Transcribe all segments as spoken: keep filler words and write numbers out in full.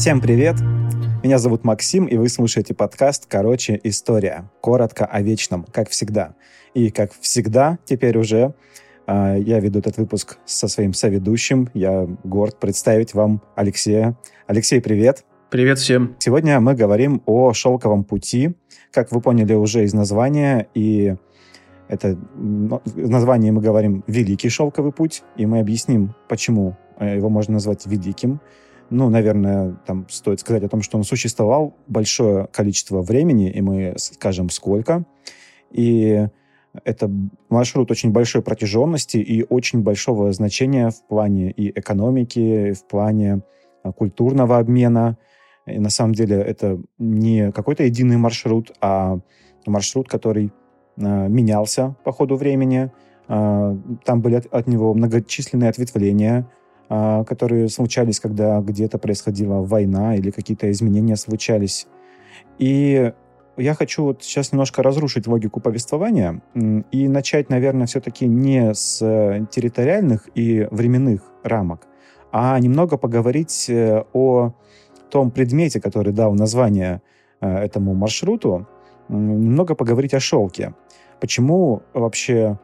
Всем привет! Меня зовут Максим, и вы слушаете подкаст «Короче, история». Коротко о вечном, как всегда. И, как всегда, теперь уже э, я веду этот выпуск со своим соведущим. Я горд представить вам Алексея. Алексей, привет! Привет всем! Сегодня мы говорим о шелковом пути. Как вы поняли уже из названия, и это в названии мы говорим «Великий шелковый путь», и мы объясним, почему его можно назвать великим. Ну, наверное, там стоит сказать о том, что он существовал большое количество времени, и мы скажем, сколько. И это маршрут очень большой протяженности и очень большого значения в плане и экономики, и в плане культурного обмена. И на самом деле это не какой-то единый маршрут, а маршрут, который э, менялся по ходу времени. Э, там были от, от него многочисленные ответвления, которые случались, когда где-то происходила война или какие-то изменения случались. И я хочу вот сейчас немножко разрушить логику повествования и начать, наверное, все-таки не с территориальных и временных рамок, а немного поговорить о том предмете, который дал название этому маршруту, немного поговорить о шелке. Почему вообще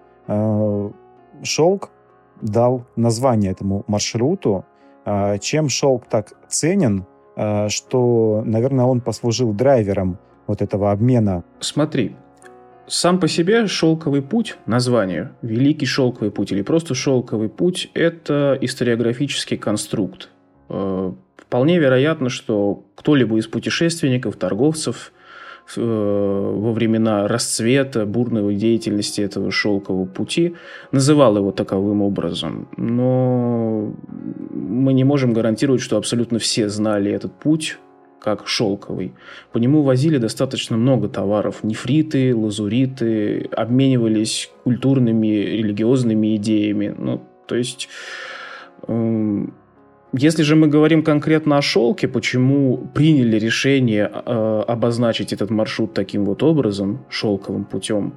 шелк дал название этому маршруту, чем шелк так ценен, что, наверное, он послужил драйвером вот этого обмена. Смотри, сам по себе шелковый путь, название «Великий шелковый путь» или просто «Шелковый путь» — это историографический конструкт. Вполне вероятно, что кто-либо из путешественников, торговцев во времена расцвета, бурной деятельности этого шелкового пути называл его таковым образом. Но мы не можем гарантировать, что абсолютно все знали этот путь как шелковый. По нему возили достаточно много товаров. Нефриты, лазуриты, обменивались культурными, религиозными идеями. Ну, то есть... Эм... Если же мы говорим конкретно о шелке, почему приняли решение э, обозначить этот маршрут таким вот образом, шелковым путем,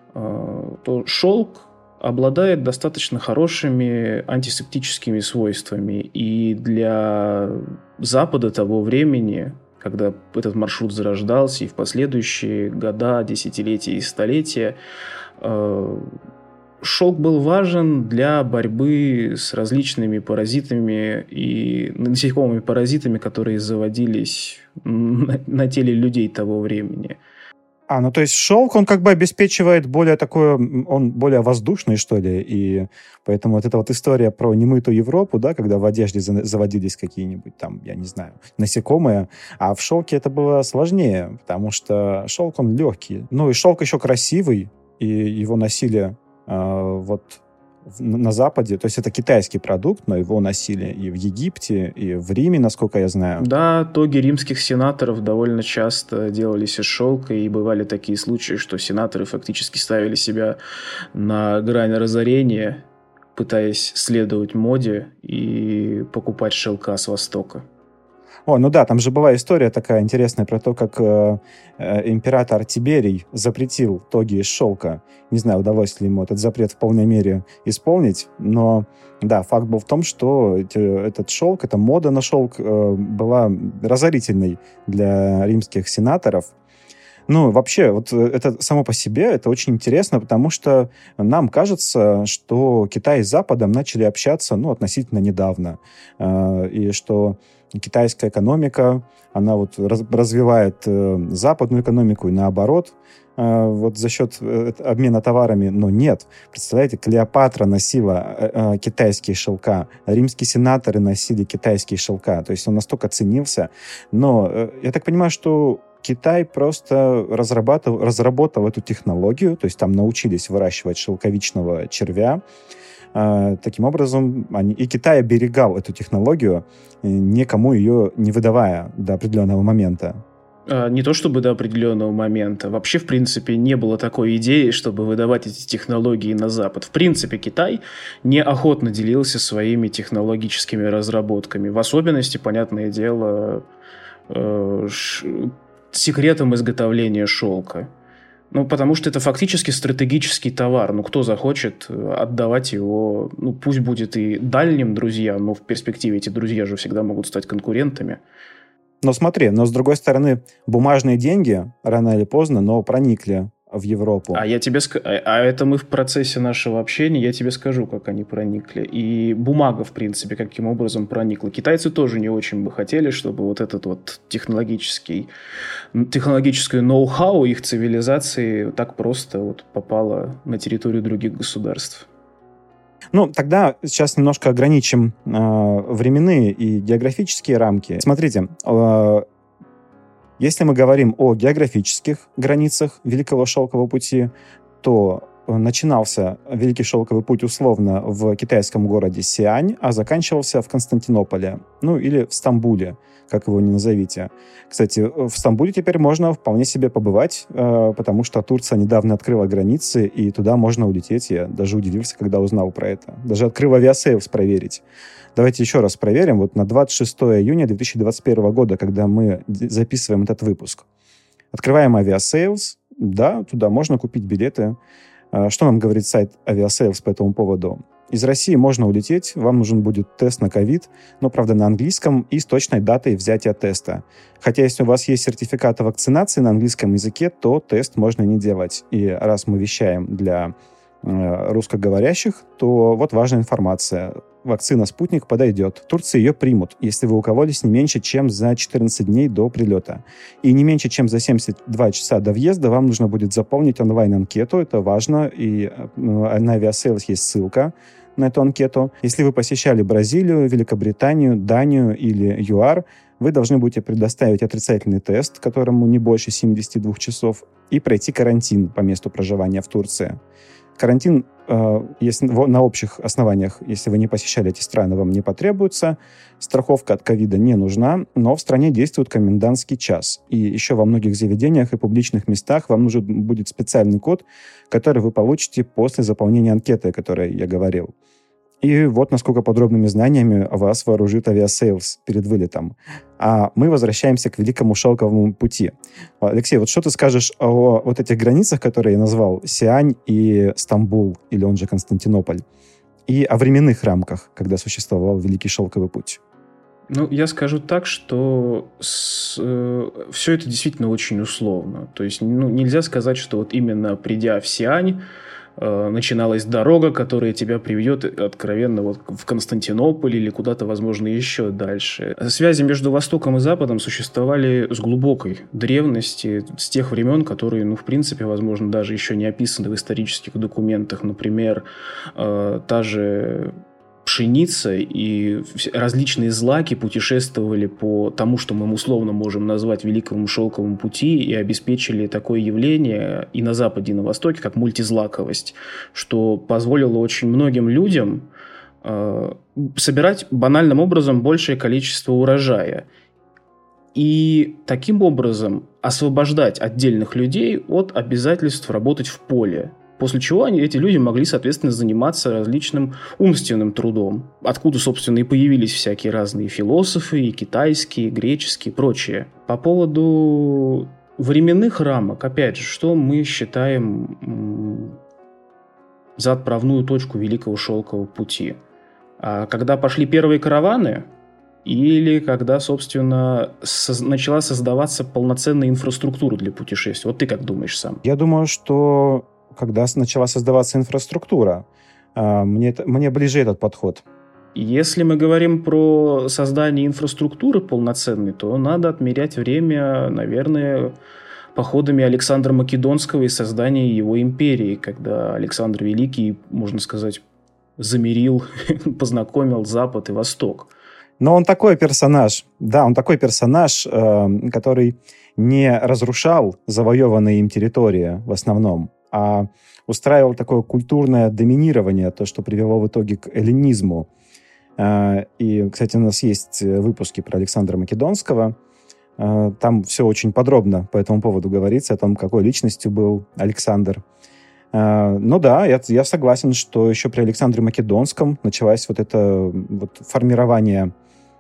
э, то шелк обладает достаточно хорошими антисептическими свойствами. И для Запада того времени, когда этот маршрут зарождался, и в последующие года, десятилетия и столетия, э, шелк был важен для борьбы с различными паразитами и насекомыми паразитами, которые заводились на, на теле людей того времени. А, ну то есть шелк, он как бы обеспечивает более такое, он более воздушный, что ли, и поэтому вот эта вот история про немытую Европу, да, когда в одежде заводились какие-нибудь там, я не знаю, насекомые, а в шелке это было сложнее, потому что шелк, он легкий. Ну и шелк еще красивый, и его носили вот на Западе, то есть это китайский продукт, но его носили и в Египте, и в Риме, насколько я знаю. Да, тоги римских сенаторов довольно часто делались из шелка, и бывали такие случаи, что сенаторы фактически ставили себя на грани разорения, пытаясь следовать моде и покупать шелка с Востока. О, ну да, там же была история такая интересная про то, как э, э, император Тиберий запретил тоги из шелка. Не знаю, удалось ли ему этот запрет в полной мере исполнить, но да, факт был в том, что эти, этот шелк, эта мода на шелк э, была разорительной для римских сенаторов. Ну, вообще, вот это само по себе, это очень интересно, потому что нам кажется, что Китай с Западом начали общаться, ну, относительно недавно, э, и что китайская экономика, она вот раз, развивает э, западную экономику и наоборот, э, вот за счет э, обмена товарами, но нет. Представляете, Клеопатра носила э, э, китайские шелка, римские сенаторы носили китайские шелка, то есть он настолько ценился. Но э, я так понимаю, что Китай просто разрабатывал, разработал эту технологию, то есть там научились выращивать шелковичного червя. Таким образом, они, и Китай оберегал эту технологию, никому ее не выдавая до определенного момента. Не то чтобы до определенного момента. Вообще, в принципе, не было такой идеи, чтобы выдавать эти технологии на Запад. В принципе, Китай неохотно делился своими технологическими разработками. В особенности, понятное дело, секретом изготовления шелка. Ну, потому что это фактически стратегический товар. Ну, кто захочет отдавать его, ну, пусть будет и дальним друзьям, но в перспективе эти друзья же всегда могут стать конкурентами. Но смотри, но с другой стороны, бумажные деньги рано или поздно, но проникли в Европу. А я тебе ск... а это мы в процессе нашего общения, я тебе скажу, как они проникли. И бумага, в принципе, каким образом проникла. Китайцы тоже не очень бы хотели, чтобы вот этот вот технологический, технологическое ноу-хау их цивилизации так просто вот попало на территорию других государств. Ну, тогда сейчас немножко ограничим э, временные и географические рамки. Смотрите, э, если мы говорим о географических границах Великого Шелкового пути, то начинался Великий Шелковый путь условно в китайском городе Сиань, а заканчивался в Константинополе, ну или в Стамбуле, как его ни назовите. Кстати, в Стамбуле теперь можно вполне себе побывать, потому что Турция недавно открыла границы, и туда можно улететь. Я даже удивился, когда узнал про это. Даже открыл авиасейлс проверить. Давайте еще раз проверим. Вот на двадцать шестое июня две тысячи двадцать первого года, когда мы записываем этот выпуск. Открываем авиасейлс. Да, туда можно купить билеты. Что нам говорит сайт авиасейлс по этому поводу? Из России можно улететь, вам нужен будет тест на ковид, но, правда, на английском и с точной датой взятия теста. Хотя, если у вас есть сертификат о вакцинации на английском языке, то тест можно не делать. И раз мы вещаем для э, русскоговорящих, то вот важная информация. Вакцина «Спутник» подойдет. В Турции ее примут, если вы укололись не меньше, чем за четырнадцать дней до прилета. И не меньше, чем за семьдесят два часа до въезда вам нужно будет заполнить онлайн-анкету. Это важно. И на авиасейлс есть ссылка на эту анкету. Если вы посещали Бразилию, Великобританию, Данию или ЮАР, вы должны будете предоставить отрицательный тест, которому не больше семидесяти двух часов, и пройти карантин по месту проживания в Турции. Карантин, э, если на общих основаниях, если вы не посещали эти страны, вам не потребуется. Страховка от ковида не нужна, но в стране действует комендантский час. И еще во многих заведениях и публичных местах вам нужен будет специальный код, который вы получите после заполнения анкеты, о которой я говорил. И вот насколько подробными знаниями вас вооружит авиасейлс перед вылетом. А мы возвращаемся к Великому Шелковому пути. Алексей, вот что ты скажешь о вот этих границах, которые я назвал, Сиань и Стамбул, или он же Константинополь, и о временных рамках, когда существовал Великий Шелковый путь? Ну, я скажу так, что с, э, все это действительно очень условно. То есть, ну, нельзя сказать, что вот именно придя в Сиань, начиналась дорога, которая тебя приведет откровенно вот в Константинополь или куда-то, возможно, еще дальше. Связи между Востоком и Западом существовали с глубокой древности, с тех времен, которые, ну, в принципе, возможно, даже еще не описаны в исторических документах. Например, э, та же пшеница и различные злаки путешествовали по тому, что мы условно можем назвать Великому Шелковому пути, и обеспечили такое явление и на Западе, и на Востоке, как мультизлаковость, что позволило очень многим людям э, собирать банальным образом большее количество урожая. И таким образом освобождать отдельных людей от обязательств работать в поле. После чего они, эти люди могли, соответственно, заниматься различным умственным трудом. Откуда, собственно, и появились всякие разные философы, и китайские, и греческие, и прочее. По поводу временных рамок, опять же, что мы считаем м- за отправную точку Великого Шелкового пути? А когда пошли первые караваны, или когда, собственно, со- начала создаваться полноценная инфраструктура для путешествий? Вот ты как думаешь сам? Я думаю, что когда начала создаваться инфраструктура. Мне, мне ближе этот подход. Если мы говорим про создание инфраструктуры полноценной, то надо отмерять время, наверное, походами Александра Македонского и созданием его империи, когда Александр Великий, можно сказать, замирил, познакомил Запад и Восток. Но он такой персонаж, да, он такой персонаж, который не разрушал завоеванные им территории в основном, а устраивал такое культурное доминирование, то, что привело в итоге к эллинизму. И, кстати, у нас есть выпуски про Александра Македонского. Там все очень подробно по этому поводу говорится, о том, какой личностью был Александр. Ну да, я, я согласен, что еще при Александре Македонском началось вот это вот формирование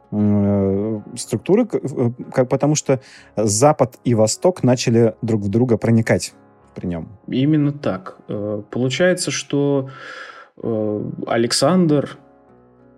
структуры, потому что Запад и Восток начали друг в друга проникать при нем. Именно так. Получается, что Александр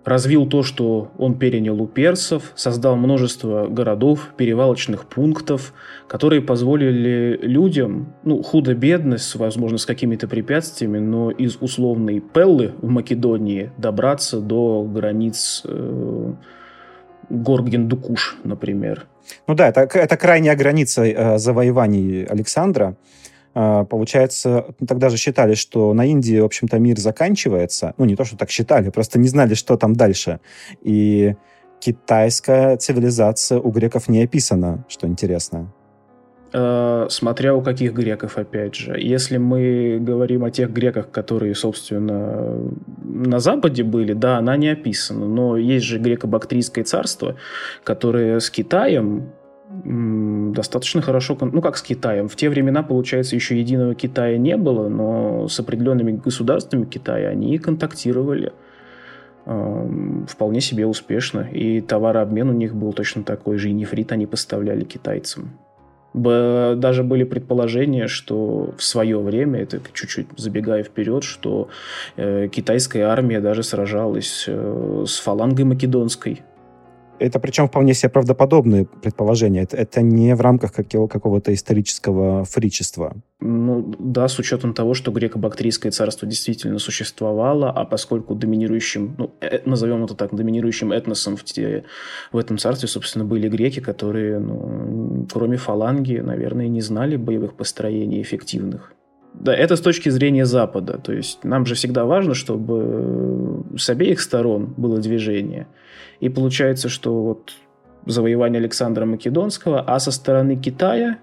развил то, что он перенял у персов, создал множество городов, перевалочных пунктов, которые позволили людям, ну, худо-бедно, возможно, с какими-то препятствиями, но из условной Пеллы в Македонии добраться до границ э, гор Гиндукуш, например. Ну да, это, это крайняя граница э, завоеваний Александра. Э, получается, тогда же считали, что на Индии, в общем-то, мир заканчивается. Ну, не то, что так считали, просто не знали, что там дальше. И китайская цивилизация у греков не описана, что интересно. Э, смотря у каких греков, опять же. Если мы говорим о тех греках, которые, собственно, на Западе были, да, она не описана. Но есть же греко-бактрийское царство, которое с Китаем м, достаточно хорошо... Ну, как с Китаем? В те времена, получается, еще единого Китая не было, но с определенными государствами Китая они контактировали э, вполне себе успешно. И товарообмен у них был точно такой же. И нефрит они поставляли китайцам. Даже были предположения, что в свое время, это чуть-чуть забегая вперед, что э, китайская армия даже сражалась э, с фалангой македонской. Это причем вполне себе правдоподобные предположения. Это, это не в рамках какого- какого-то исторического фричества. Ну да, с учетом того, что греко-бактрийское царство действительно существовало, а поскольку доминирующим, ну, э, назовем это так, доминирующим этносом в, те, в этом царстве, собственно, были греки, которые, ну, кроме фаланги, наверное, не знали боевых построений эффективных. Да, это с точки зрения Запада. То есть нам же всегда важно, чтобы с обеих сторон было движение. И получается, что вот завоевание Александра Македонского, а со стороны Китая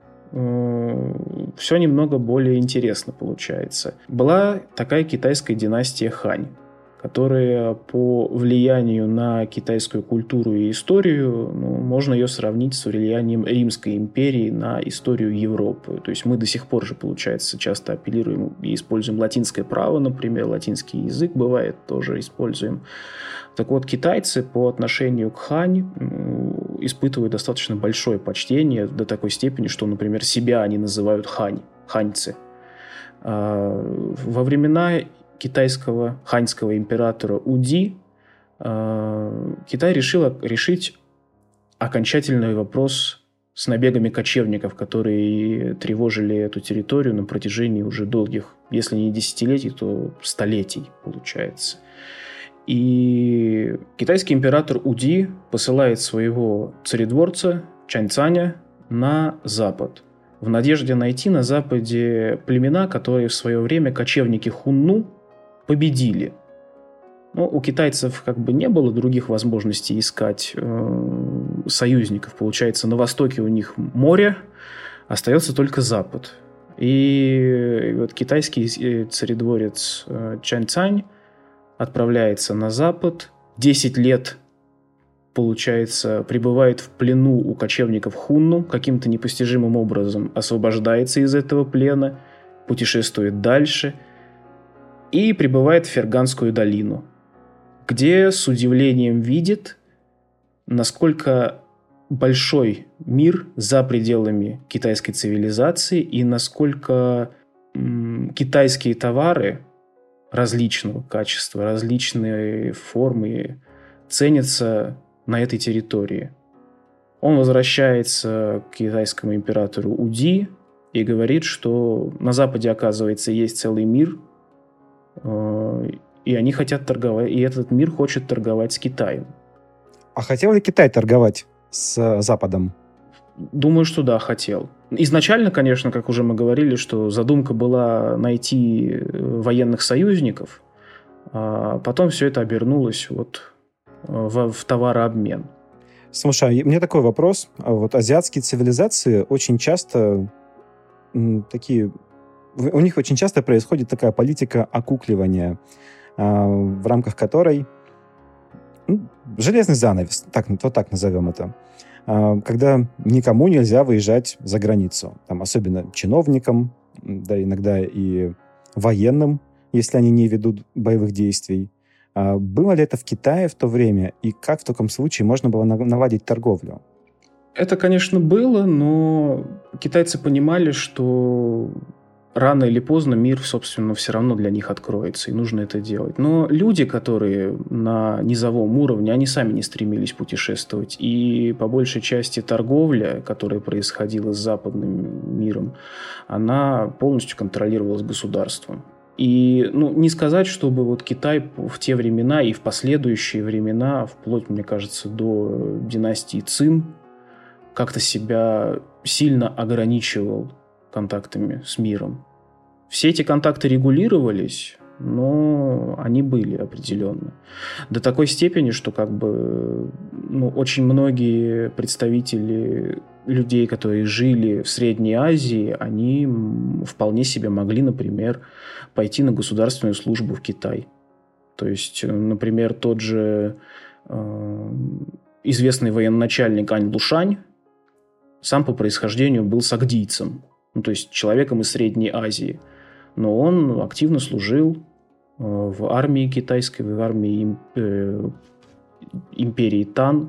э, все немного более интересно получается. Была такая китайская династия Хань, которая по влиянию на китайскую культуру и историю, ну, можно ее сравнить с влиянием Римской империи на историю Европы. То есть мы до сих пор же, получается, часто апеллируем и используем латинское право, например, латинский язык бывает тоже используем. Так вот, китайцы по отношению к Хань испытывают достаточно большое почтение до такой степени, что, например, себя они называют Хань, ханьцы. Во времена китайского ханьского императора Уди Китай решил решить окончательный вопрос с набегами кочевников, которые тревожили эту территорию на протяжении уже долгих, если не десятилетий, то столетий, получается. И китайский император Уди посылает своего царедворца Чаньцаня на запад, в надежде найти на западе племена, которые в свое время кочевники Хунну победили. Но у китайцев как бы не было других возможностей искать э, союзников. Получается, на востоке у них море, остается только запад. И вот китайский царедворец э, Чаньцань отправляется на запад, десять лет, получается, пребывает в плену у кочевников Хунну, каким-то непостижимым образом освобождается из этого плена, путешествует дальше и прибывает в Ферганскую долину, где с удивлением видит, насколько большой мир за пределами китайской цивилизации и насколько м, китайские товары различного качества, различные формы ценятся на этой территории. Он возвращается к китайскому императору Уди и говорит, что на Западе, оказывается, есть целый мир, и они хотят торговать, и этот мир хочет торговать с Китаем. А хотел ли Китай торговать с Западом? Думаю, что да, хотел. Изначально, конечно, как уже мы говорили, что задумка была найти военных союзников, а потом все это обернулось вот в, в товарообмен. Слушай, у меня такой вопрос. Вот азиатские цивилизации очень часто м, такие... У них очень часто происходит такая политика окукливания, а, в рамках которой ну, железный занавес, так, вот так назовем это, а, когда никому нельзя выезжать за границу. Там, особенно чиновникам, да иногда и военным, если они не ведут боевых действий. А было ли это в Китае в то время? И как в таком случае можно было наладить торговлю? Это, конечно, было, но китайцы понимали, что рано или поздно мир, собственно, все равно для них откроется, и нужно это делать. Но люди, которые на низовом уровне, они сами не стремились путешествовать. И по большей части торговля, которая происходила с западным миром, она полностью контролировалась государством. И ну, не сказать, чтобы вот Китай в те времена и в последующие времена, вплоть, мне кажется, до династии Цин, как-то себя сильно ограничивал контактами с миром. Все эти контакты регулировались, но они были определенно. До такой степени, что как бы ну, очень многие представители людей, которые жили в Средней Азии, они вполне себе могли, например, пойти на государственную службу в Китай. То есть, например, тот же э, известный военачальник Ань Лушань сам по происхождению был сагдийцем, ну, то есть человеком из Средней Азии. Но он активно служил в армии китайской, в армии э, империи Тан.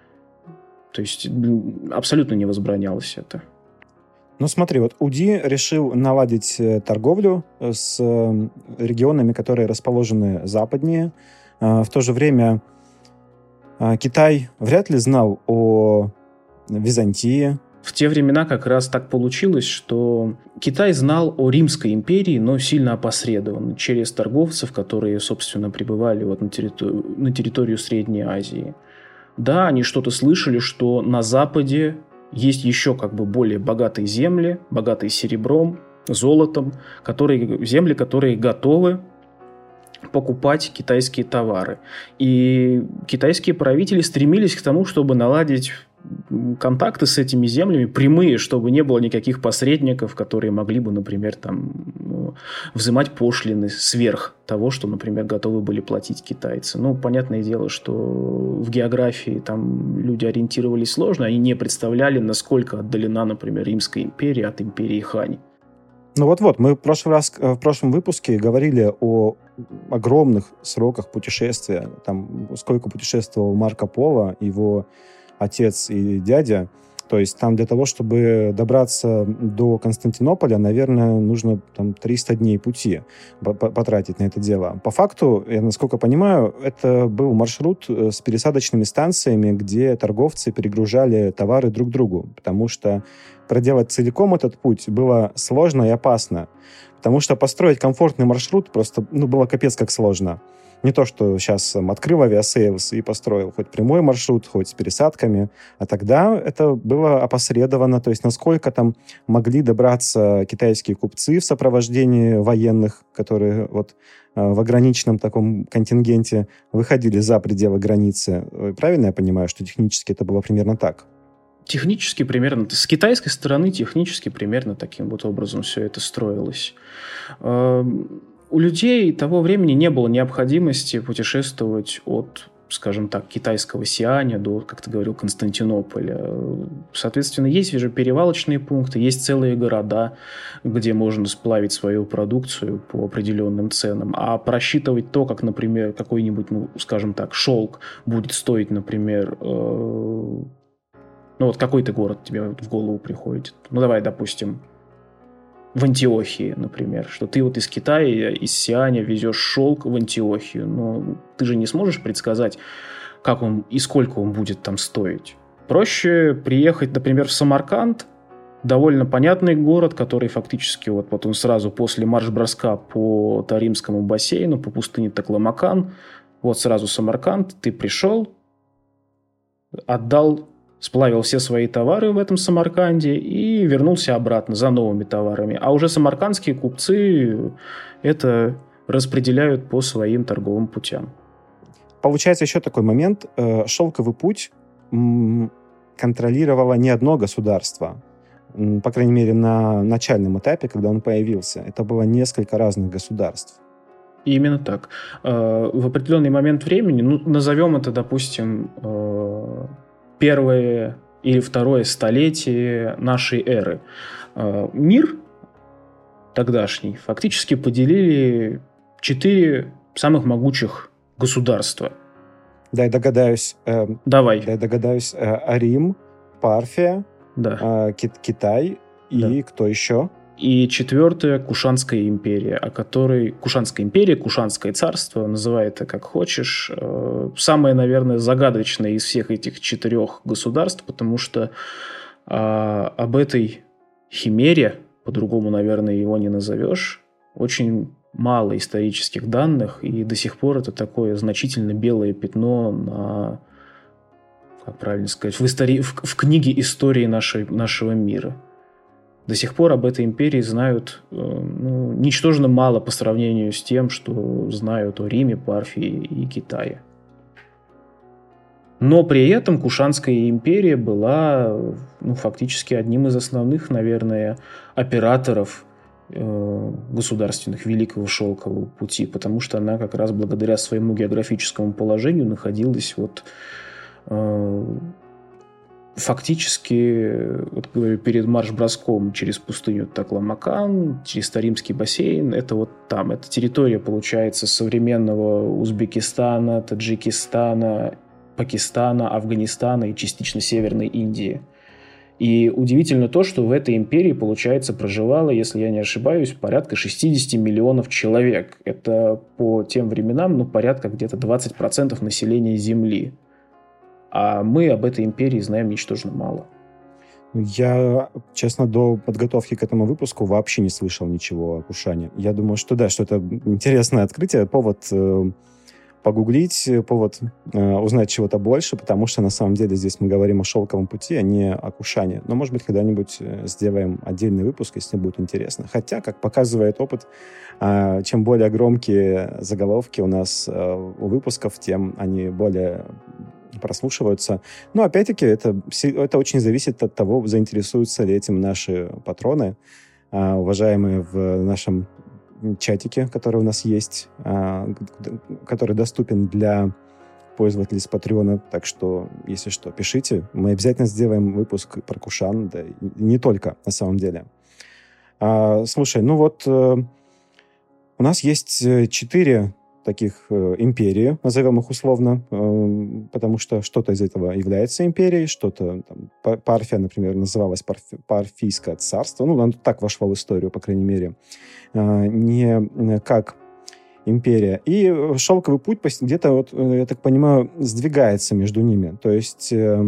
То есть абсолютно не возбранялось это. Ну смотри, вот УДИ решил наладить торговлю с регионами, которые расположены западнее. В то же время Китай вряд ли знал о Византии. В те времена как раз так получилось, что Китай знал о Римской империи, но сильно опосредованно, через торговцев, которые, собственно, прибывали вот на, территор... на территорию Средней Азии. Да, они что-то слышали, что на Западе есть еще как бы более богатые земли, богатые серебром, золотом, которые, земли, которые готовы покупать китайские товары. И китайские правители стремились к тому, чтобы наладить контакты с этими землями прямые, чтобы не было никаких посредников, которые могли бы, например, там, взимать пошлины сверх того, что, например, готовы были платить китайцы. Ну, понятное дело, что в географии там люди ориентировались сложно, они не представляли, насколько отдалена, например, Римская империя от империи Хань. Ну вот-вот, мы в прошлый раз, в прошлом выпуске говорили о огромных сроках путешествия, там, сколько путешествовал Марко Поло, его отец и дядя. То есть там для того, чтобы добраться до Константинополя, наверное, нужно там триста дней пути потратить на это дело. По факту, я насколько понимаю, это был маршрут с пересадочными станциями, где торговцы перегружали товары друг другу, потому что проделать целиком этот путь было сложно и опасно, потому что построить комфортный маршрут просто ну, было капец как сложно. Не то, что сейчас там, открыл авиасейлс и построил хоть прямой маршрут, хоть с пересадками, а тогда это было опосредованно, то есть насколько там могли добраться китайские купцы в сопровождении военных, которые вот в ограниченном таком контингенте выходили за пределы границы. Правильно я понимаю, что технически это было примерно так? Технически примерно, с китайской стороны технически примерно таким вот образом все это строилось. У людей того времени не было необходимости путешествовать от, скажем так, китайского Сианя до, как ты говорил, Константинополя. Соответственно, есть же перевалочные пункты, есть целые города, где можно сплавить свою продукцию по определенным ценам. А просчитывать то, как, например, какой-нибудь, ну, скажем так, шелк будет стоить, например, э- ну вот какой-то город тебе в голову приходит. Ну давай, допустим, в Антиохии, например, что ты вот из Китая, из Сианя везешь шелк в Антиохию, но ты же не сможешь предсказать, как он и сколько он будет там стоить. Проще приехать, например, в Самарканд, довольно понятный город, который фактически вот, вот он сразу после марш-броска по Таримскому бассейну, по пустыне Такламакан, вот сразу Самарканд, ты пришел, отдал, сплавил все свои товары в этом Самарканде и вернулся обратно за новыми товарами. А уже самаркандские купцы это распределяют по своим торговым путям. Получается еще такой момент. Шелковый путь контролировало не одно государство. По крайней мере, на начальном этапе, когда он появился. Это было несколько разных государств. Именно так. В определенный момент времени, ну, назовем это, допустим, первое или второе столетие нашей эры. Мир тогдашний фактически поделили четыре самых могучих государства. Да, я догадаюсь. Э, Давай. Да, я догадаюсь. Э, Рим, Парфия, да. э, Ки- Китай и да. кто еще? И четвертое – Кушанская империя, о которой... Кушанская империя, Кушанское царство, называй это как хочешь. Самое, наверное, загадочное из всех этих четырех государств, потому что а, об этой химере, по-другому, наверное, его не назовешь, очень мало исторических данных, и до сих пор это такое значительно белое пятно на, как правильно сказать, в, истори... в, в книге истории нашей, нашего мира. До сих пор об этой империи знают ну, ничтожно мало по сравнению с тем, что знают о Риме, Парфии и Китае. Но при этом Кушанская империя была ну, фактически одним из основных, наверное, операторов э, государственных Великого Шелкового пути, потому что она как раз благодаря своему географическому положению находилась вот... Э, Фактически, вот говорю, перед марш-броском через пустыню Такламакан, через Таримский бассейн, это вот там. Эта территория, получается, современного Узбекистана, Таджикистана, Пакистана, Афганистана и частично Северной Индии. И удивительно то, что в этой империи, получается, проживало, если я не ошибаюсь, порядка шестьдесят миллионов человек. Это по тем временам, ну, порядка где-то двадцать процентов населения Земли. А мы об этой империи знаем ничтожно мало. Я, честно, до подготовки к этому выпуску вообще не слышал ничего о Кушане. Я думаю, что да, что это интересное открытие, повод э, погуглить, повод э, узнать чего-то больше, потому что на самом деле здесь мы говорим о шелковом пути, а не о Кушане. Но, может быть, когда-нибудь сделаем отдельный выпуск, если будет интересно. Хотя, как показывает опыт, э, чем более громкие заголовки у нас э, у выпусков, тем они более... прослушиваются. Но, опять-таки, это, это очень зависит от того, заинтересуются ли этим наши патроны, а, уважаемые в нашем чатике, который у нас есть, а, который доступен для пользователей с Патреона. Так что, если что, пишите. Мы обязательно сделаем выпуск про Кушан, да, и не только, на самом деле. А, слушай, ну вот э, у нас есть четыре таких э, империи, назовем их условно, э, потому что что-то из этого является империей, что-то, там, Парфия, например, называлась Парфи, Парфийское царство, ну, оно так вошло в историю, по крайней мере, э, не как империя. И шелковый путь где-то, вот, я так понимаю, сдвигается между ними. То есть э,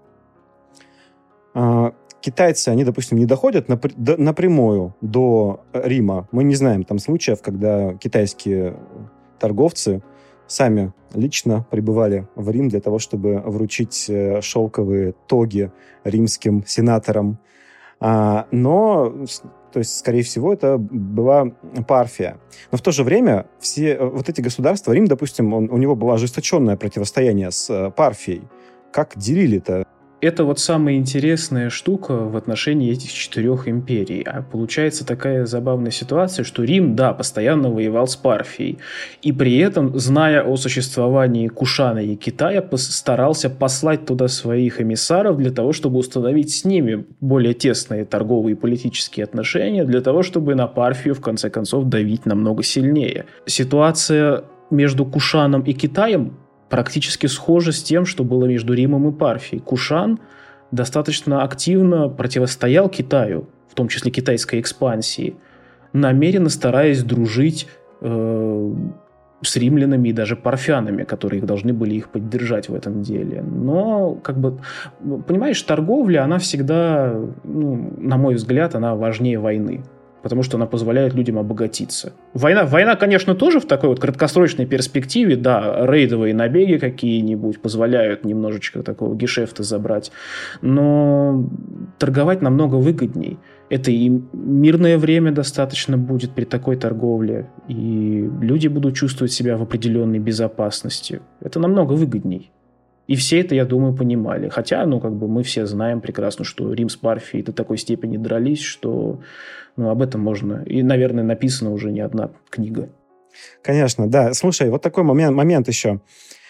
э, китайцы, они, допустим, не доходят напр- до, напрямую до Рима. Мы не знаем там случаев, когда китайские торговцы сами лично прибывали в Рим для того, чтобы вручить шелковые тоги римским сенаторам. А, но, то есть, скорее всего, это была Парфия. Но в то же время все вот эти государства, Рим, допустим, он, у него было ожесточенное противостояние с Парфией. Как делили-то? Это вот самая интересная штука в отношении этих четырех империй. А получается такая забавная ситуация, что Рим, да, постоянно воевал с Парфией. И при этом, зная о существовании Кушана и Китая, старался послать туда своих эмиссаров для того, чтобы установить с ними более тесные торговые и политические отношения, для того, чтобы на Парфию, в конце концов, давить намного сильнее. Ситуация между Кушаном и Китаем практически схоже с тем, что было между Римом и Парфией. Кушан достаточно активно противостоял Китаю, в том числе китайской экспансии, намеренно стараясь дружить э, с римлянами и даже парфянами, которые должны были их поддержать в этом деле. Но, как бы, понимаешь, торговля, она всегда, ну, на мой взгляд, она важнее войны. Потому что она позволяет людям обогатиться. Война, война, конечно, тоже в такой вот краткосрочной перспективе, да, рейдовые набеги какие-нибудь позволяют немножечко такого гешефта забрать, но торговать намного выгодней. Это и мирное время достаточно будет при такой торговле, и люди будут чувствовать себя в определенной безопасности. Это намного выгодней. И все это, я думаю, понимали. Хотя, ну, как бы мы все знаем прекрасно, что Рим с Парфией до такой степени дрались, что ну, об этом можно... И, наверное, написана уже не одна книга. Конечно, да. Слушай, вот такой момент, момент еще.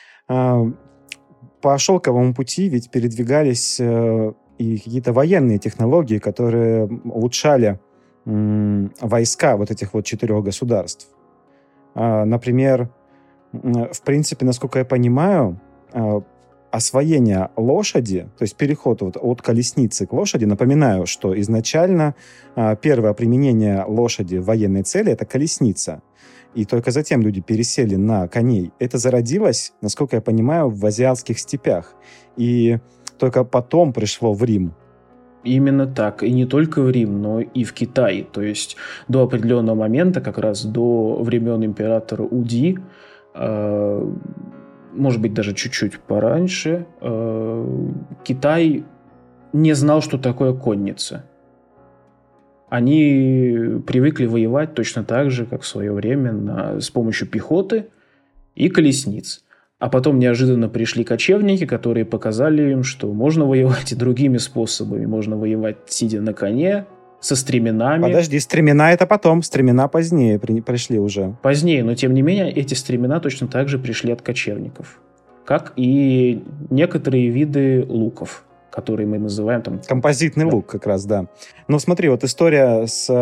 По шелковому пути ведь передвигались и какие-то военные технологии, которые улучшали войска вот этих вот четырех государств. Например, в принципе, насколько я понимаю, освоение лошади, то есть переход вот от колесницы к лошади, напоминаю, что изначально э, первое применение лошади в военной цели — это колесница. И только затем люди пересели на коней. Это зародилось, насколько я понимаю, в азиатских степях. И только потом пришло в Рим. Именно так. И не только в Рим, но и в Китай. То есть до определенного момента, как раз до времен императора Уди, э, может быть, даже чуть-чуть пораньше, э, Китай не знал, что такое конница. Они привыкли воевать точно так же, как в свое время, на, с помощью пехоты и колесниц. А потом неожиданно пришли кочевники, которые показали им, что можно воевать и другими способами. Можно воевать, сидя на коне, со стременами. Подожди, стремена — это потом, стремена позднее при, пришли уже. Позднее, но тем не менее эти стремена точно так же пришли от кочевников. Как и некоторые виды луков, которые мы называем там... Композитный да. лук как раз, да. Но смотри, вот история с...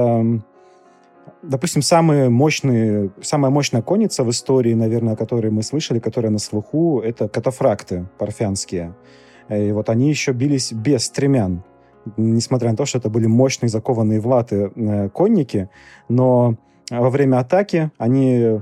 Допустим, самые мощные, самая мощная конница в истории, наверное, о которой мы слышали, которая на слуху, это катафракты парфянские. И вот они еще бились без стремян. Несмотря на то, что это были мощные, закованные в латы э, конники, но во время атаки они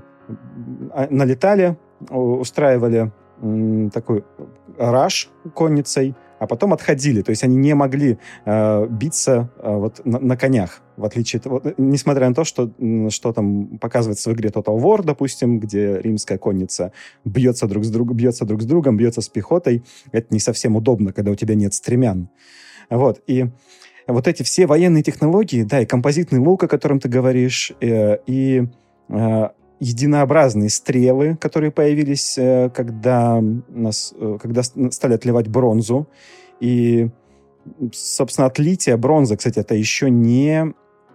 налетали, устраивали э, такой раш конницей, а потом отходили. То есть они не могли э, биться э, вот на, на конях, в отличие от... Вот, несмотря на то, что, что там показывается в игре Total War, допустим, где римская конница бьется друг с другом, бьется друг с другом, бьется с пехотой. Это не совсем удобно, когда у тебя нет стремян. Вот. И вот эти все военные технологии, да, и композитный лук, о котором ты говоришь, э, и... Э, единообразные стрелы, которые появились, когда, нас, когда стали отливать бронзу. И, собственно, отлитие бронзы, кстати, это еще не...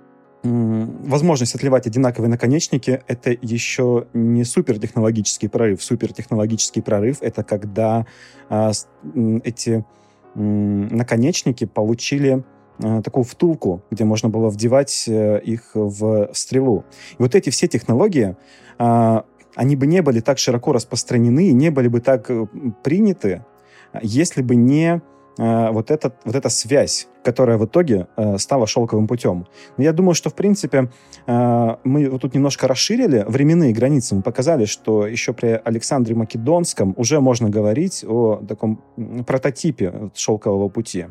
Возможность отливать одинаковые наконечники — это еще не супертехнологический прорыв. Супертехнологический прорыв — это когда а, эти м, наконечники получили такую втулку, где можно было вдевать их в стрелу. И вот эти все технологии, они бы не были так широко распространены и не были бы так приняты, если бы не вот, этот, вот эта связь, которая в итоге стала шелковым путем. Но я думаю, что, в принципе, мы вот тут немножко расширили временные границы. Мы показали, что еще при Александре Македонском уже можно говорить о таком прототипе шелкового пути.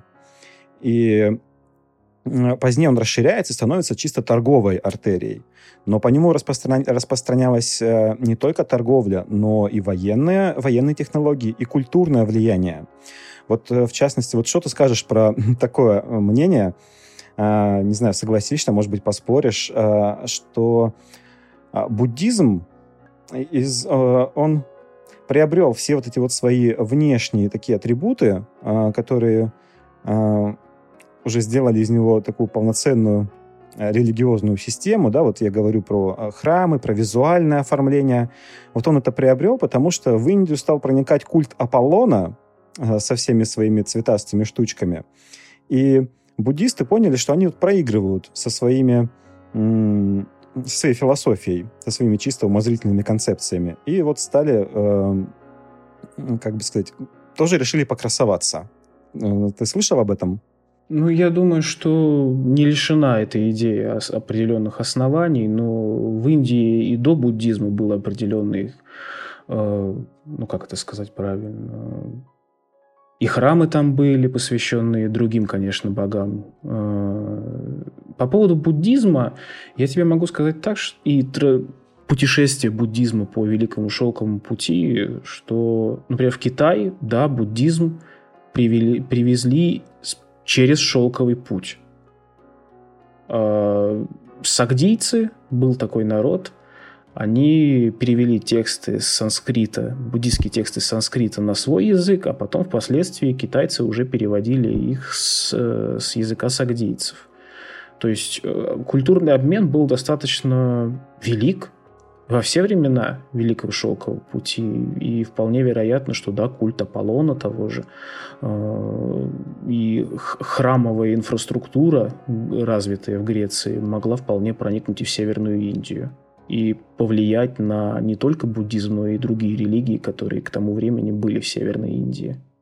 И позднее он расширяется и становится чисто торговой артерией. Но по нему распростран... распространялась не только торговля, но и военные, военные технологии, и культурное влияние. Вот, в частности, вот что ты скажешь про такое мнение? Не знаю, согласишься, может быть, поспоришь, что буддизм, он приобрел все вот эти вот свои внешние такие атрибуты, которые... уже сделали из него такую полноценную религиозную систему, да, вот я говорю про храмы, про визуальное оформление. Вот он это приобрел, потому что в Индию стал проникать культ Аполлона со всеми своими цветастыми штучками. И буддисты поняли, что они вот проигрывают со своими, со своей философией, со своими чисто умозрительными концепциями. И вот стали, как бы сказать, тоже решили покрасоваться. Ты слышал об этом? Ну, я думаю, что не лишена эта идея определенных оснований, но в Индии и до буддизма был определенный, э, ну, как это сказать правильно, и храмы там были, посвященные другим, конечно, богам. Э, по поводу буддизма я тебе могу сказать так, что и тр... путешествие буддизма по Великому Шелковому пути, что, например, в Китай, да, буддизм привели, привезли через шелковый путь. Сагдийцы, был такой народ, они перевели тексты с санскрита, буддийские тексты с санскрита на свой язык, а потом впоследствии китайцы уже переводили их с, с языка сагдийцев. То есть культурный обмен был достаточно велик во все времена Великого Шелкового пути. И вполне вероятно, что да, культ Аполлона того же э, и храмовая инфраструктура, развитая в Греции, могла вполне проникнуть и в Северную Индию. И повлиять на не только буддизм, но и другие религии, которые к тому времени были в Северной Индии.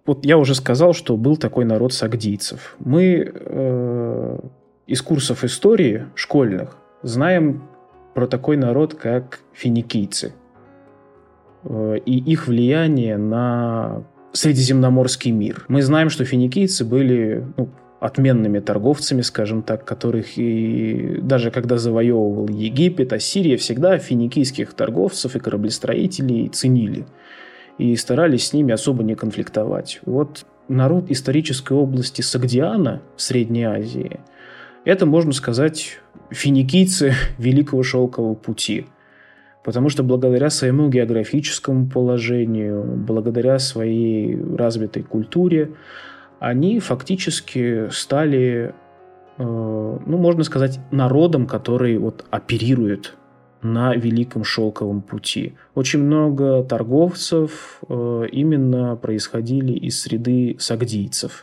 вот я уже сказал, что был такой народ сагдийцев. Мы э, из курсов истории школьных знаем про такой народ, как финикийцы. Э, и их влияние на Средиземноморский мир. Мы знаем, что финикийцы были ну, отменными торговцами, скажем так, которых и даже когда завоевывал Египет, Ассирия, всегда финикийских торговцев и кораблестроителей ценили. И старались с ними особо не конфликтовать. Вот народ исторической области Согдиана в Средней Азии – это, можно сказать, финикийцы Великого Шелкового пути. Потому что благодаря своему географическому положению, благодаря своей развитой культуре, они фактически стали, ну, можно сказать, народом, который вот оперирует на Великом Шелковом пути. Очень много торговцев э, именно происходили из среды сагдийцев.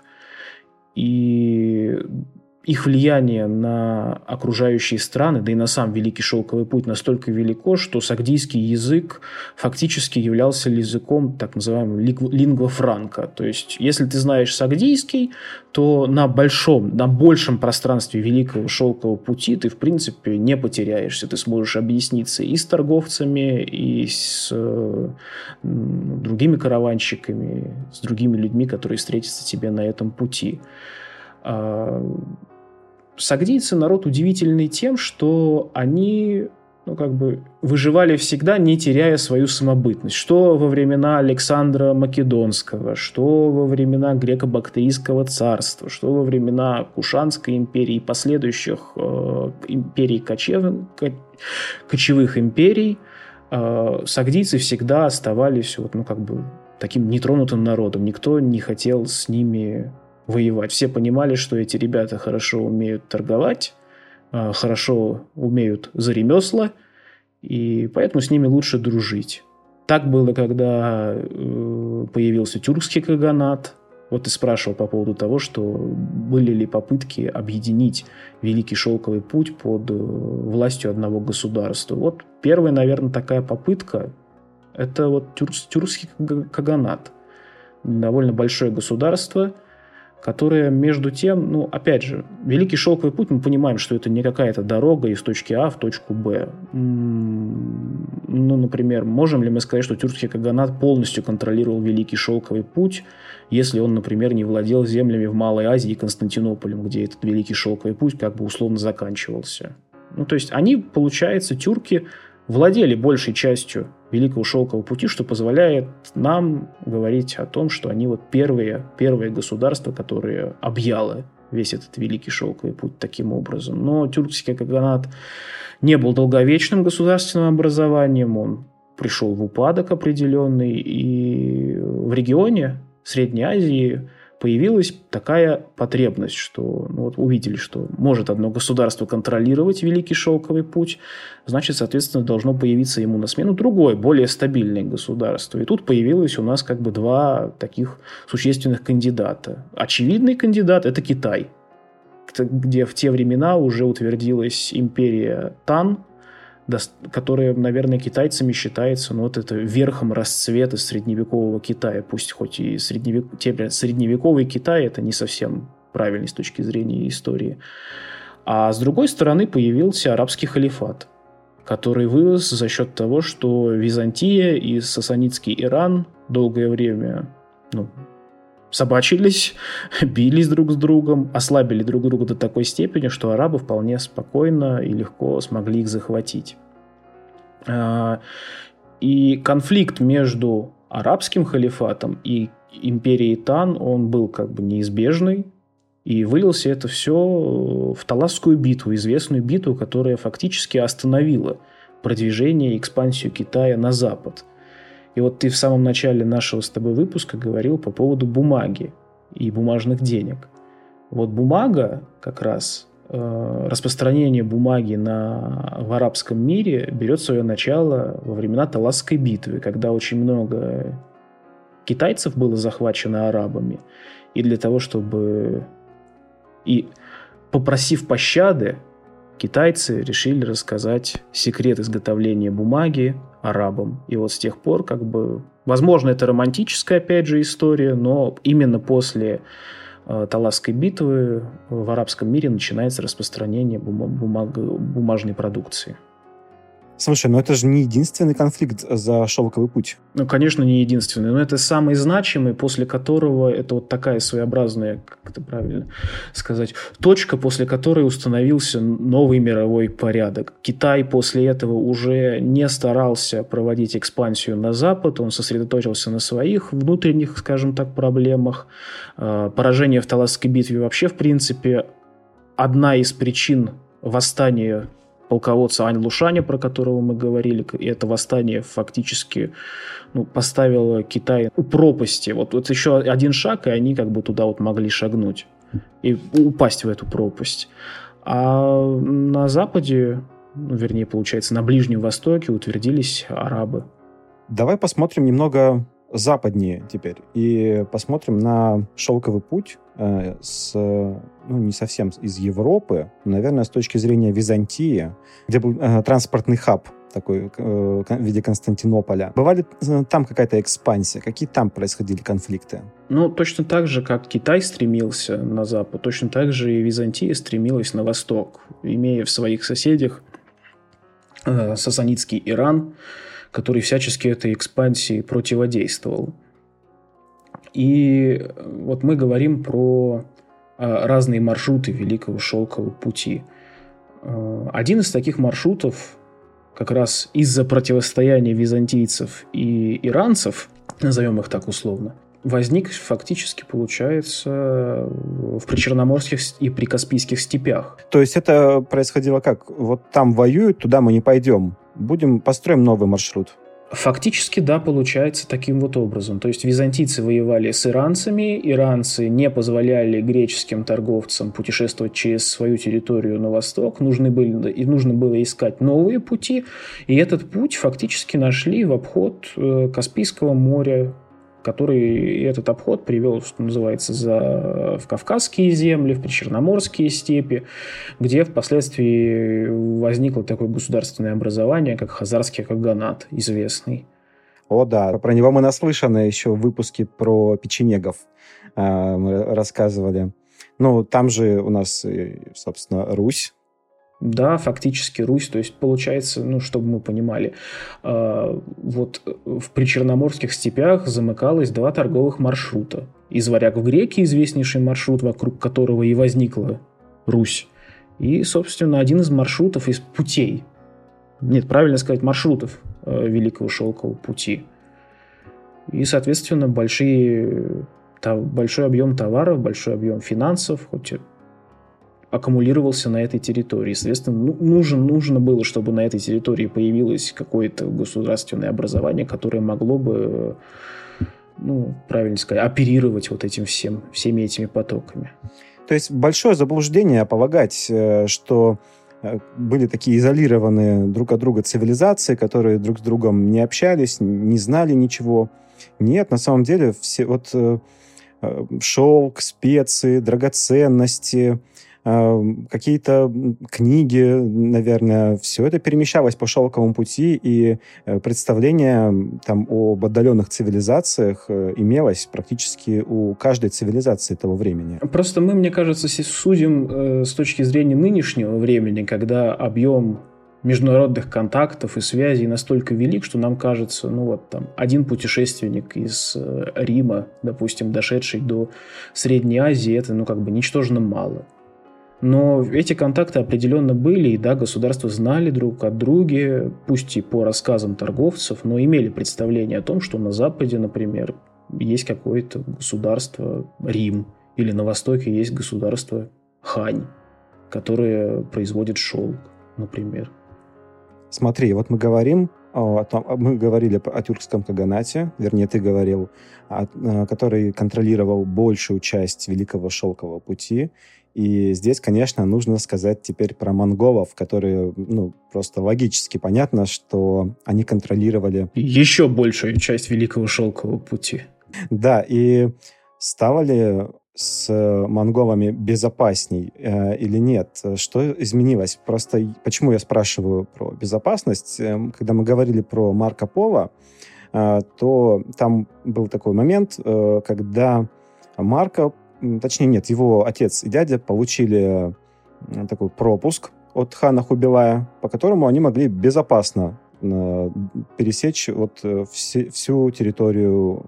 И их влияние на окружающие страны, да и на сам Великий Шелковый путь настолько велико, что сагдийский язык фактически являлся языком так называемого лингва франка. То есть, если ты знаешь сагдийский, то на большом, на большем пространстве Великого Шелкового пути ты, в принципе, не потеряешься. Ты сможешь объясниться и с торговцами, и с э, другими караванщиками, с другими людьми, которые встретятся тебе на этом пути. Сагдийцы народ удивительный тем, что они ну, как бы выживали всегда, не теряя свою самобытность. Что во времена Александра Македонского, что во времена Греко-Бактрийского царства, что во времена Кушанской империи и последующих э, империй кочев... кочевых империй, э, сагдийцы всегда оставались вот, ну, как бы таким нетронутым народом. Никто не хотел с ними воевать. Все понимали, что эти ребята хорошо умеют торговать, хорошо умеют за ремесла, и поэтому с ними лучше дружить. Так было, когда появился тюркский каганат. Вот ты спрашивал по поводу того, что были ли попытки объединить Великий Шелковый путь под властью одного государства. Вот первая, наверное, такая попытка – это вот тюркский каганат. Довольно большое государство, которая между тем, ну, опять же, Великий Шелковый путь, мы понимаем, что это не какая-то дорога из точки А в точку Б. Ну, например, можем ли мы сказать, что тюркский каганат полностью контролировал Великий Шелковый путь, если он, например, не владел землями в Малой Азии и Константинополем, где этот Великий Шелковый путь как бы условно заканчивался? Ну, то есть они, получается, тюрки владели большей частью Великого Шелкового пути, что позволяет нам говорить о том, что они вот первые, первые государства, которые объяло весь этот Великий Шелковый путь таким образом. Но тюркский каганат не был долговечным государственным образованием, он пришел в упадок определенный, и в регионе Средней Азии появилась такая потребность, что ну вот увидели, что может одно государство контролировать Великий Шелковый путь, значит, соответственно, должно появиться ему на смену другое, более стабильное государство. И тут появилось у нас как бы два таких существенных кандидата. Очевидный кандидат – это Китай, где в те времена уже утвердилась империя Тан, которая, наверное, китайцами считается, ну, вот это верхом расцвета средневекового Китая. Пусть хоть и средневек... средневековый Китай это не совсем правильно с точки зрения истории. А с другой стороны появился арабский халифат, который вырос за счет того, что Византия и сасанидский Иран долгое время ну, собачились, бились друг с другом, ослабили друг друга до такой степени, что арабы вполне спокойно и легко смогли их захватить. И конфликт между арабским халифатом и империей Тан, он был как бы неизбежный, и вылился это все в Таласскую битву, известную битву, которая фактически остановила продвижение и экспансию Китая на запад. И вот ты в самом начале нашего с тобой выпуска говорил по поводу бумаги и бумажных денег. Вот бумага, как раз э, распространение бумаги на, в арабском мире берет свое начало во времена Таласской битвы, когда очень много китайцев было захвачено арабами. И для того, чтобы... И попросив пощады, китайцы решили рассказать секрет изготовления бумаги арабам. И вот с тех пор, как бы, возможно, это романтическая, опять же, история, но именно после э, Таласской битвы в арабском мире начинается распространение бума- бумаг- бумажной продукции. Слушай, ну это же не единственный конфликт за шелковый путь. Ну, конечно, не единственный, но это самый значимый, после которого это вот такая своеобразная, как это правильно сказать, точка, после которой установился новый мировой порядок. Китай после этого уже не старался проводить экспансию на Запад, он сосредоточился на своих внутренних, скажем так, проблемах. Поражение в Таласской битве вообще, в принципе, одна из причин восстания полководца Ань Лушаня, про которого мы говорили, и это восстание фактически ну, поставило Китай у пропасти. Вот, вот еще один шаг, и они как бы туда вот могли шагнуть и упасть в эту пропасть. А на Западе, ну, вернее, получается, на Ближнем Востоке утвердились арабы. Давай посмотрим немного западнее теперь и посмотрим на шелковый путь э, с, ну, не совсем из Европы, наверное, с точки зрения Византии, где был э, транспортный хаб такой э, в виде Константинополя. Бывали э, там какая-то экспансия? Какие там происходили конфликты? Ну, точно так же, как Китай стремился на запад, точно так же и Византия стремилась на восток, имея в своих соседях э, сасанидский Иран, который всячески этой экспансии противодействовал. И вот мы говорим про разные маршруты Великого Шелкового пути. Один из таких маршрутов, как раз из-за противостояния византийцев и иранцев, назовем их так условно, возник фактически, получается, в причерноморских и прикаспийских степях. То есть это происходило как? Вот там воюют, туда мы не пойдем. Будем, построим новый маршрут. Фактически, да, получается таким вот образом. То есть византийцы воевали с иранцами, иранцы не позволяли греческим торговцам путешествовать через свою территорию на восток, нужны были, и нужно было искать новые пути, и этот путь фактически нашли в обход Каспийского моря, который этот обход привел, что называется, за, в Кавказские земли, в Причерноморские степи, где впоследствии возникло такое государственное образование, как Хазарский Каганат, известный. О да, про него мы наслышаны еще в выпуске про печенегов э, мы рассказывали. Ну, там же у нас, собственно, Русь. Да, фактически Русь, то есть получается, ну, чтобы мы понимали, э, вот в причерноморских степях замыкалось два торговых маршрута. Из Варяг в Греки, известнейший маршрут, вокруг которого и возникла Русь. И, собственно, один из маршрутов, из путей, нет, правильно сказать, маршрутов э, Великого Шелкового пути. И, соответственно, большие, та, большой объем товаров, большой объем финансов, хоть аккумулировался на этой территории. Соответственно, ну, нужен, нужно было, чтобы на этой территории появилось какое-то государственное образование, которое могло бы, ну, правильно сказать, оперировать вот этим всем, всеми этими потоками. То есть большое заблуждение полагать, что были такие изолированные друг от друга цивилизации, которые друг с другом не общались, не знали ничего. Нет, на самом деле все вот шелк, специи, драгоценности, какие-то книги, наверное, все это перемещалось по шелковому пути, и представление там об отдаленных цивилизациях имелось практически у каждой цивилизации того времени. Просто мы, мне кажется, судим э, с точки зрения нынешнего времени, когда объем международных контактов и связей настолько велик, что нам кажется, ну вот там один путешественник из э, Рима, допустим, дошедший до Средней Азии, это ну как бы ничтожно мало. Но эти контакты определенно были, и да, государства знали друг о друге, пусть и по рассказам торговцев, но имели представление о том, что на Западе, например, есть какое-то государство Рим, или на Востоке есть государство Хань, которое производит шелк, например. Смотри, вот мы говорим о том, мы говорили о тюркском каганате, вернее, ты говорил, который контролировал большую часть Великого Шелкового пути. И здесь, конечно, нужно сказать теперь про монголов, которые, ну, просто логически понятно, что они контролировали... Еще большую часть Великого Шелкового пути. Да, и стало ли с монголами безопасней э, или нет? Что изменилось? Просто почему я спрашиваю про безопасность? Когда мы говорили про Марко Поло, э, то там был такой момент, э, когда Марко, точнее нет, его отец и дядя получили такой пропуск от хана Хубилая, по которому они могли безопасно э, пересечь вот, все, всю территорию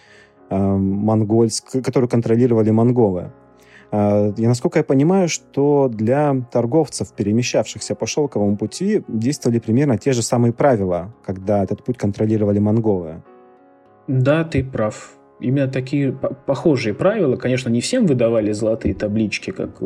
монгольск, которую контролировали монголы. И, насколько я понимаю, что для торговцев, перемещавшихся по шелковому пути, действовали примерно те же самые правила, когда этот путь контролировали монголы. Да, ты прав. Именно такие похожие правила, конечно, не всем выдавали золотые таблички, как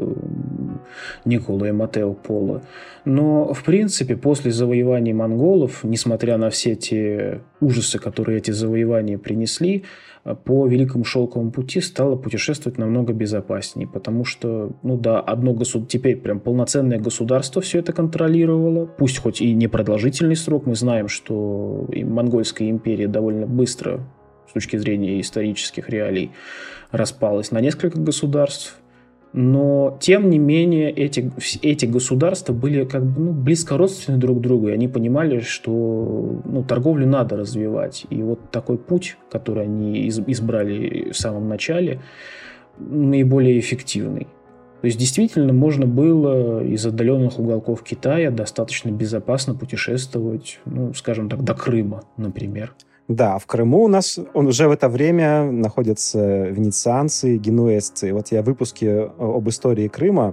Николо и Матео Поло, но, в принципе, после завоеваний монголов, несмотря на все те ужасы, которые эти завоевания принесли, по Великому Шелковому пути стало путешествовать намного безопаснее, потому что, ну да, одно государство, теперь прям полноценное государство все это контролировало, пусть хоть и непродолжительный срок, мы знаем, что и Монгольская империя довольно быстро, с точки зрения исторических реалий, распалась на несколько государств, но, тем не менее, эти, эти государства были как бы ну, близко родственны друг другу, и они понимали, что ну, торговлю надо развивать. И вот такой путь, который они избрали в самом начале, наиболее эффективный. То есть, действительно, можно было из отдаленных уголков Китая достаточно безопасно путешествовать, ну, скажем так, до Крыма, например. Да, в Крыму у нас он уже в это время находятся венецианцы, генуэзцы. Вот я в выпуске об истории Крыма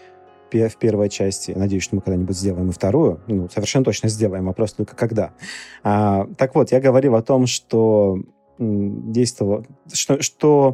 в первой части, надеюсь, что мы когда-нибудь сделаем и вторую, ну, совершенно точно сделаем, вопрос только когда. А, так вот, я говорил о том, что действовало, что, что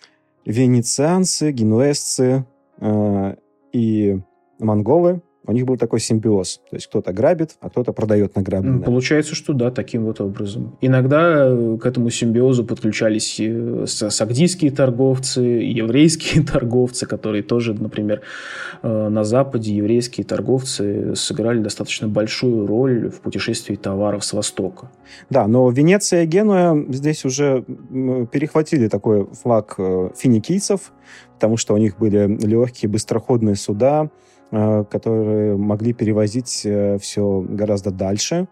венецианцы, генуэзцы э, и монголы, у них был такой симбиоз. То есть кто-то грабит, а кто-то продает награбленное. Получается, что да, таким вот образом. Иногда к этому симбиозу подключались сагдийские торговцы, еврейские торговцы, которые тоже, например, на Западе еврейские торговцы сыграли достаточно большую роль в путешествии товаров с Востока. Да, но Венеция и Генуя здесь уже перехватили такой флаг финикийцев, потому что у них были легкие, быстроходные суда, которые могли перевозить все гораздо дальше.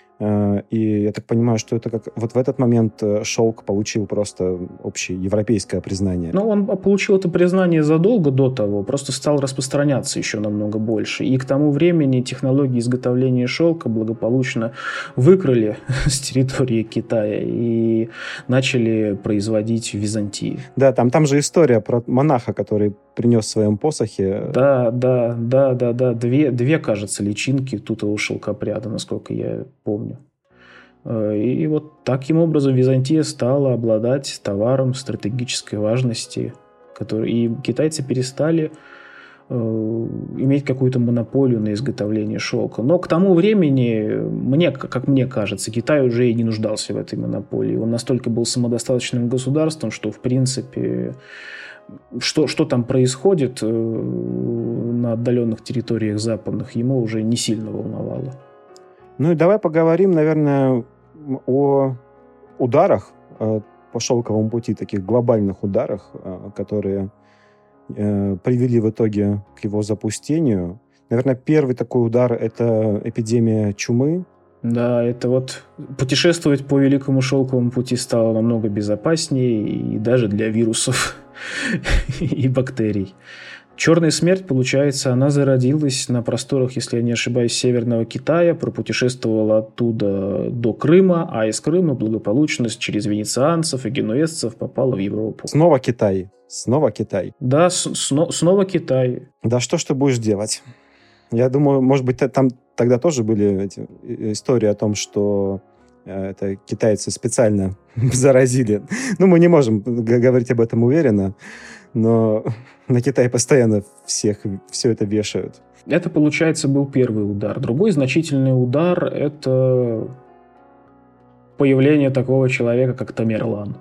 И я так понимаю, что это как вот в этот момент шелк получил просто общеевропейское признание. Ну, он получил это признание задолго до того, просто стал распространяться еще намного больше. И к тому времени технологии изготовления шелка благополучно выкрали с территории Китая и начали производить в Византии. Да, там, там же история про монаха, который принес в своем посохе. Да, да, да, да, да. Две, две, кажется, личинки тутового шелкопряда, насколько я помню. И вот таким образом Византия стала обладать товаром стратегической важности, который... и китайцы перестали э, иметь какую-то монополию на изготовление шелка. Но к тому времени, мне, как мне кажется, Китай уже и не нуждался в этой монополии. Он настолько был самодостаточным государством, что, в принципе, что, что там происходит на отдаленных территориях западных, ему уже не сильно волновало. Ну и давай поговорим, наверное, о ударах э, по шелковому пути, таких глобальных ударах, э, которые э, привели в итоге к его запустению. Наверное, первый такой удар – это эпидемия чумы. Да, это вот путешествовать по Великому Шелковому пути стало намного безопаснее и даже для вирусов и бактерий. Черная смерть, получается, она зародилась на просторах, если я не ошибаюсь, Северного Китая, пропутешествовала оттуда до Крыма, а из Крыма благополучно через венецианцев и генуэзцев попала в Европу. Снова Китай. Снова Китай. Да, сно- снова Китай. Да что ж ты будешь делать? Я думаю, может быть, там тогда тоже были эти истории о том, что это китайцы специально заразили. Ну, мы не можем говорить об этом уверенно, но на Китай постоянно всех все это вешают. Это, получается, был первый удар. Другой значительный удар – это появление такого человека, как Тамерлан,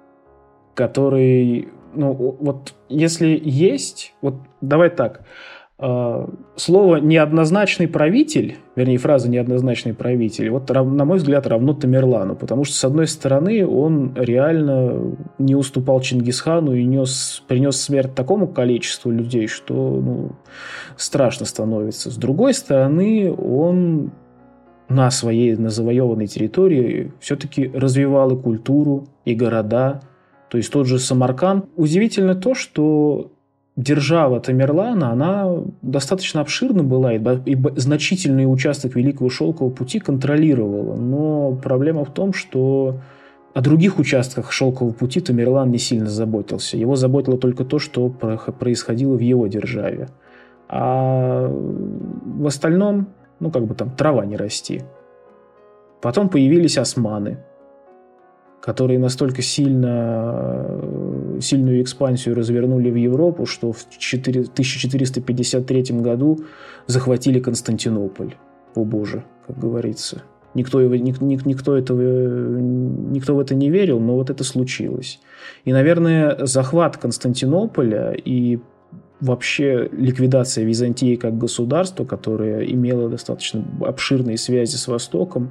который, ну, вот если есть, вот давай так, Слово «неоднозначный правитель», вернее, фраза «неоднозначный правитель», вот, на мой взгляд, равно Тамерлану, потому что, с одной стороны, он реально не уступал Чингисхану и нес, принес смерть такому количеству людей, что ну, страшно становится. С другой стороны, он на своей, на завоеванной территории все-таки развивал и культуру, и города. То есть тот же Самарканд. Удивительно то, что держава Тамерлана, она достаточно обширна была, и, и значительный участок Великого Шелкового пути контролировала. Но проблема в том, что о других участках Шелкового пути Тамерлан не сильно заботился. Его заботило только то, что происходило в его державе. А в остальном, ну, как бы там трава не расти. Потом появились османы, которые настолько сильно, сильную экспансию развернули в Европу, что в тысяча четыреста пятьдесят третьем году захватили Константинополь. О боже, как говорится. Никто, его, ник, ник, никто, этого, никто в это не верил, но вот это случилось. И, наверное, захват Константинополя и вообще ликвидация Византии как государства, которое имело достаточно обширные связи с Востоком,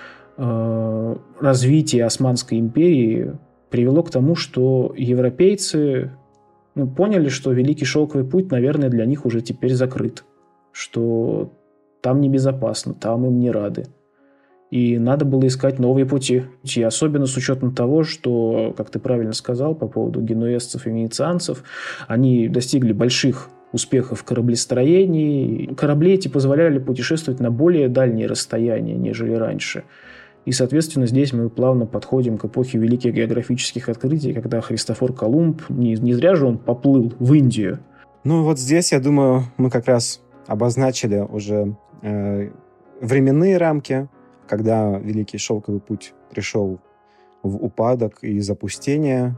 развитие Османской империи привело к тому, что европейцы ну, поняли, что Великий Шелковый путь, наверное, для них уже теперь закрыт, что там небезопасно, там им не рады. И надо было искать новые пути. И особенно с учетом того, что, как ты правильно сказал, по поводу генуэзцев и венецианцев, они достигли больших успехов в кораблестроении. Корабли эти позволяли путешествовать на более дальние расстояния, нежели раньше. И, соответственно, здесь мы плавно подходим к эпохе великих географических открытий, когда Христофор Колумб, не, не зря же он поплыл в Индию. Ну вот здесь, я думаю, мы как раз обозначили уже э, временные рамки, когда Великий Шелковый путь пришел в упадок и запустение.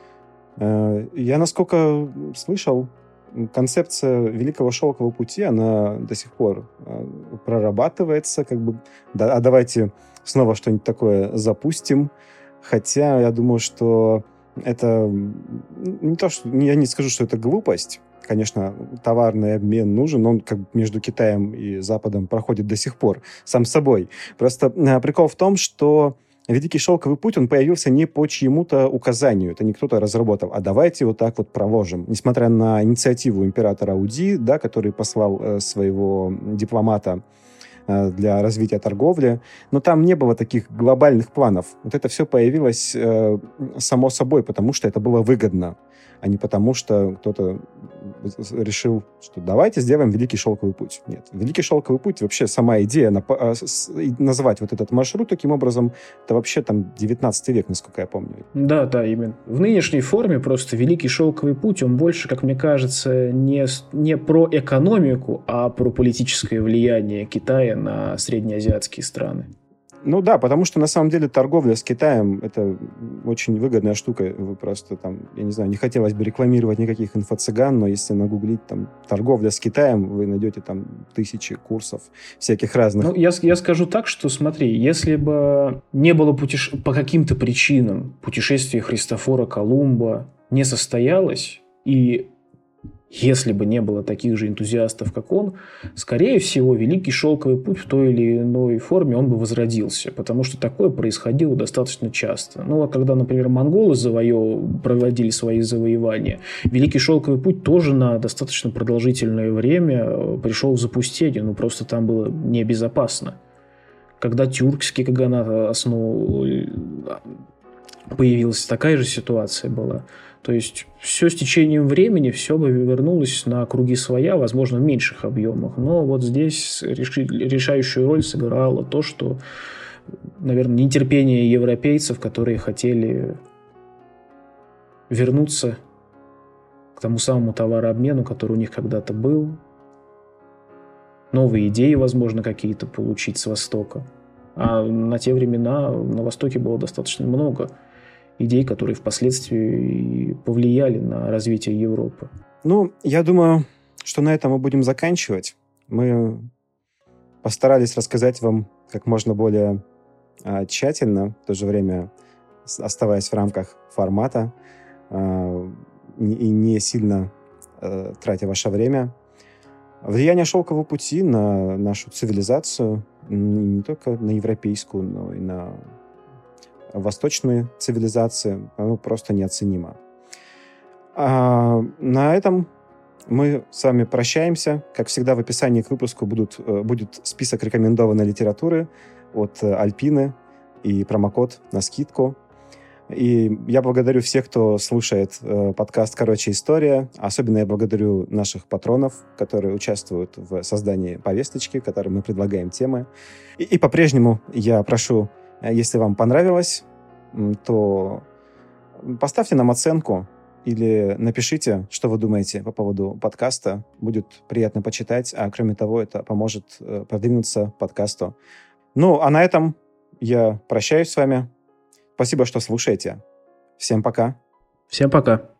Э, я, насколько слышал, концепция Великого Шелкового пути, она до сих пор э, прорабатывается, как бы, да, а давайте снова что-нибудь такое запустим. Хотя я думаю, что это не то, что я не скажу, что это глупость. Конечно, товарный обмен нужен, он как бы между Китаем и Западом проходит до сих пор, сам собой. Просто прикол в том, что Великий Шелковый путь, он появился не по чьему-то указанию, это не кто-то разработал, а давайте вот так вот проложим. Несмотря на инициативу императора Уди, да, который послал э, своего дипломата э, для развития торговли, но там не было таких глобальных планов. Вот это все появилось э, само собой, потому что это было выгодно, а не потому что кто-то решил, что давайте сделаем Великий Шелковый путь. Нет. Великий Шелковый путь, вообще сама идея назвать вот этот маршрут таким образом, это вообще там девятнадцатый век, насколько я помню. Да, да, именно. В нынешней форме просто Великий Шелковый путь, он больше, как мне кажется, не, не про экономику, а про политическое влияние Китая на среднеазиатские страны. Ну да, потому что на самом деле торговля с Китаем это очень выгодная штука. Вы просто там, я не знаю, не хотелось бы рекламировать никаких инфо-цыган, но если нагуглить там торговля с Китаем, вы найдете там тысячи курсов всяких разных. Ну, я, я скажу так, что смотри, если бы не было путеше... по каким-то причинам путешествие Христофора Колумба не состоялось, и если бы не было таких же энтузиастов, как он, скорее всего, Великий Шелковый путь в той или иной форме он бы возродился, потому что такое происходило достаточно часто. Ну, а когда, например, монголы завоев... проводили свои завоевания, Великий Шелковый путь тоже на достаточно продолжительное время пришел в запустение, ну, просто там было небезопасно. Когда тюркский каганат основ... появился, такая же ситуация была. То есть все с течением времени, все бы вернулось на круги своя, возможно, в меньших объемах. Но вот здесь решающую роль сыграло то, что, наверное, нетерпение европейцев, которые хотели вернуться к тому самому товарообмену, который у них когда-то был, новые идеи, возможно, какие-то получить с Востока. А на те времена на Востоке было достаточно много идей, которые впоследствии повлияли на развитие Европы. Ну, я думаю, что на этом мы будем заканчивать. Мы постарались рассказать вам как можно более а, тщательно, в то же время оставаясь в рамках формата а, и не сильно а, тратя ваше время. Влияние шелкового пути на нашу цивилизацию, не только на европейскую, но и на восточные цивилизации, оно просто неоценимо. А на этом мы с вами прощаемся. Как всегда, в описании к выпуску будут, будет список рекомендованной литературы от Альпины и промокод на скидку. И я благодарю всех, кто слушает э, подкаст «Короче, история». Особенно я благодарю наших патронов, которые участвуют в создании повесточки, которым мы предлагаем темы. И, и по-прежнему я прошу, если вам понравилось, то поставьте нам оценку или напишите, что вы думаете по поводу подкаста. Будет приятно почитать, а кроме того, это поможет э, продвинуться подкасту. Ну, а на этом я прощаюсь с вами. Спасибо, что слушаете. Всем пока. Всем пока.